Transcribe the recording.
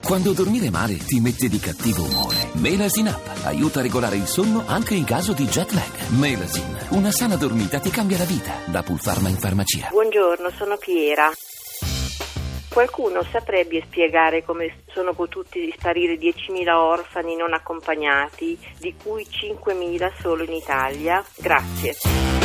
Quando dormire male ti mette di cattivo umore. Melasin Up aiuta a regolare il sonno anche in caso di jet lag. Melasin, una sana dormita ti cambia la vita. Da Pulpharma in farmacia. Buongiorno, sono Piera. Qualcuno saprebbe spiegare come sono potuti sparire 10.000 orfani non accompagnati, di cui 5.000 solo in Italia? Grazie.